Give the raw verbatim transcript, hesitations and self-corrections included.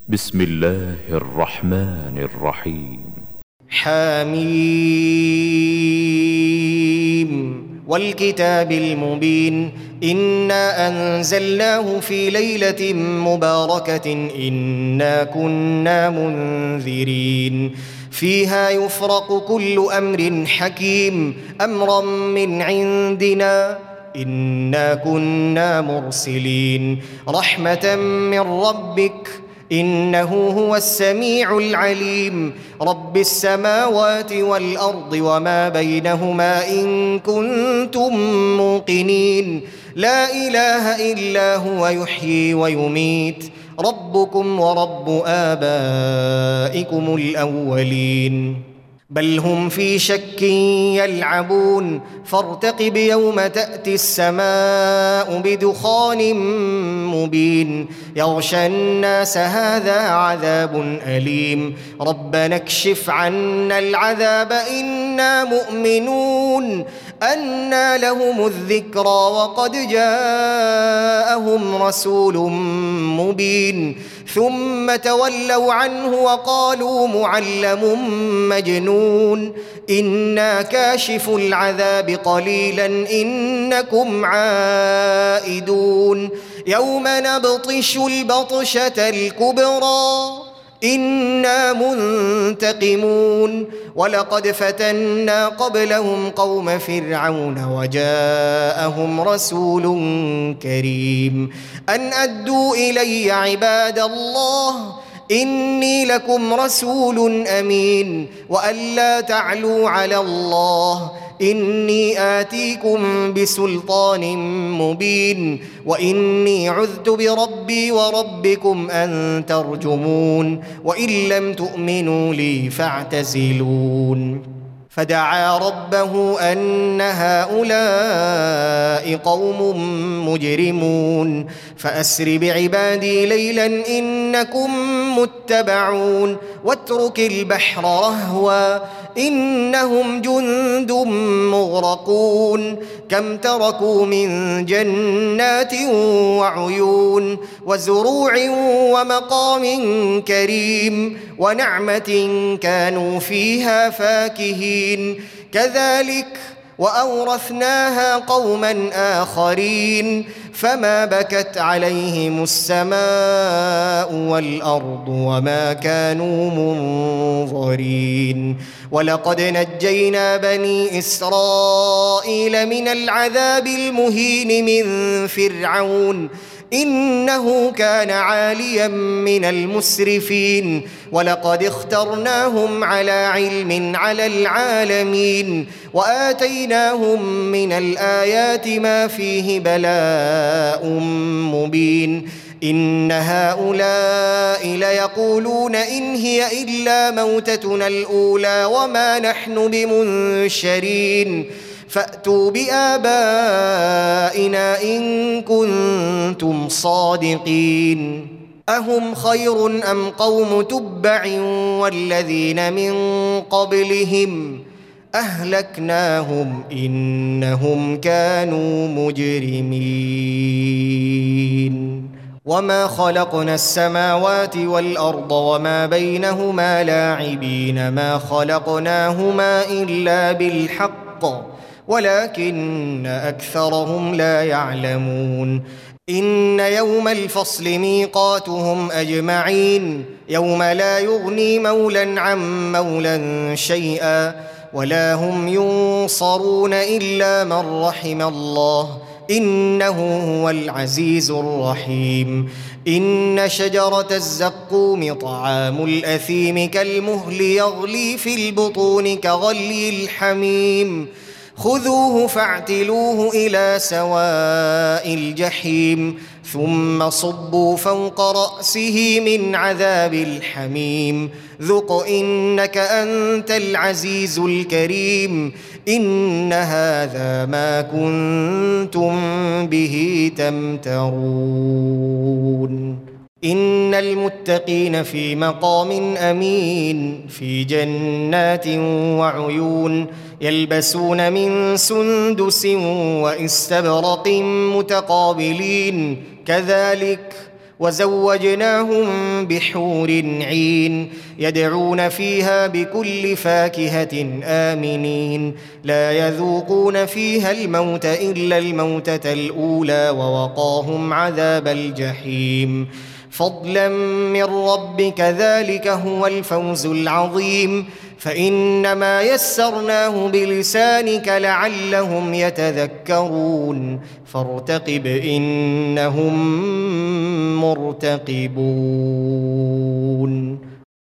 بسم الله الرحمن الرحيم. حميم والكتاب المبين إنا أنزلناه في ليلة مباركة إنا كنا منذرين فيها يفرق كل أمر حكيم أمرا من عندنا إنا كنا مرسلين رحمة من ربك إنه هو السميع العليم رب السماوات والأرض وما بينهما إن كنتم موقنين لا إله إلا هو يحيي ويميت ربكم ورب آبائكم الأولين بل هم في شك يلعبون فارتقب يوم تأتي السماء بدخان مبين يغشى الناس هذا عذاب أليم ربنا اكشف عنا العذاب إنا مؤمنون أنى لهم الذكرى وقد جاءهم رسول مبين ثم تولوا عنه وقالوا معلم مجنون إنا كاشف العذاب قليلا إنكم عائدون يوم نبطش البطشة الكبرى إنا منتقمون ولقد فتنا قبلهم قوم فرعون وجاءهم رسول كريم أن أدوا إلي عباد الله إني لكم رسول أمين وأن لا تعلوا على الله إني آتيكم بسلطان مبين وإني عذت بربي وربكم أن ترجمون وإن لم تؤمنوا لي فاعتزلون فدعا ربه أن هؤلاء قوم مجرمون فأسر بعبادي ليلا إنكم متبعون واترك البحر رهوا إنهم جند مغرقون كم تركوا من جنات وعيون وزروع ومقام كريم ونعمة كانوا فيها فاكهين كذلك وأورثناها قوما آخرين فما بكت عليهم السماء والأرض وما كانوا منظرين ولقد نجينا بني إسرائيل من العذاب المهين من فرعون إنه كان عاليا من المسرفين ولقد اخترناهم على علم على العالمين وآتيناهم من الآيات ما فيه بلاء مبين إن هؤلاء ليقولون إن هي إلا موتتنا الأولى وما نحن بمنشرين فأتوا بآبائنا إن كنتم صادقين أهم خير أم قوم تبع والذين من قبلهم أهلكناهم إنهم كانوا مجرمين وما خلقنا السماوات والأرض وما بينهما لاعبين ما خلقناهما إلا بالحق ولكن أكثرهم لا يعلمون إن يوم الفصل ميقاتهم أجمعين يوم لا يغني مولى عن مولى شيئا ولا هم ينصرون إلا من رحم الله إنه هو العزيز الرحيم إن شجرة الزقوم طعام الأثيم كالمهل يغلي في البطون كغلي الحميم خذوه فاعتلوه إلى سواء الجحيم ثم صبوا فوق رأسه من عذاب الحميم ذق إنك أنت العزيز الكريم إن هذا ما كنتم به تمترون إن المتقين في مقام أمين في جنات وعيون يلبسون من سندس واستبرق متقابلين كذلك وزوجناهم بحور عين يدعون فيها بكل فاكهة آمنين لا يذوقون فيها الموت إلا الموتة الأولى ووقاهم عذاب الجحيم فضلا من ربك ذلك هو الفوز العظيم فإنما يسرناه بلسانك لعلهم يتذكرون فارتقب إنهم مرتقبون